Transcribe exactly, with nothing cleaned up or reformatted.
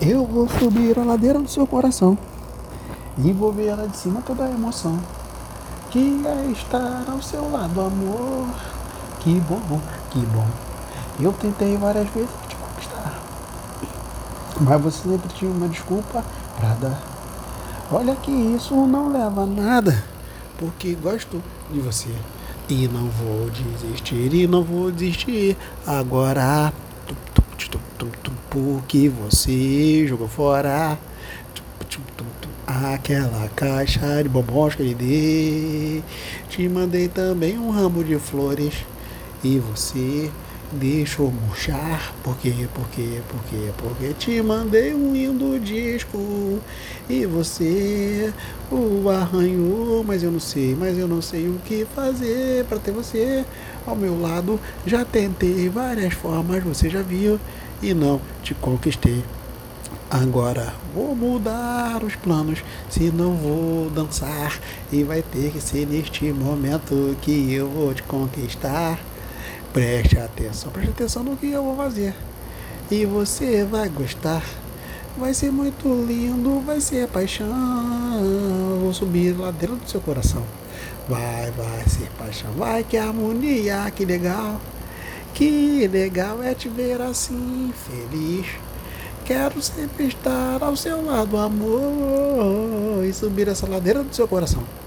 Eu vou subir a ladeira do seu coração e vou ver lá de cima toda a emoção que é estar ao seu lado, amor. Que bom, que bom. Eu tentei várias vezes te conquistar, mas você sempre tinha uma desculpa pra dar. Olha que isso não leva a nada, porque gosto de você. E não vou desistir, e não vou desistir agora. Tum, tum, tum, tum, tum, porque você jogou fora tum, tum, tum, tum, aquela caixa de bombons que ele dei. Te mandei também um ramo de flores e você deixou murchar. Por quê? Por quê? Por quê? Porque te mandei um lindo disco e você o arranhou, mas eu não sei, mas eu não sei o que fazer para ter você ao meu lado. Já tentei várias formas, você já viu, e não te conquistei. Agora vou mudar os planos, se não vou dançar e vai ter que ser neste momento que eu vou te conquistar. Preste atenção, preste atenção no que eu vou fazer. E você vai gostar. Vai ser muito lindo, vai ser paixão. Vou subir ladeira do seu coração. Vai, vai ser paixão. Vai que harmonia, que legal. Que legal é te ver assim, feliz. Quero sempre estar ao seu lado, amor. E subir essa ladeira do seu coração.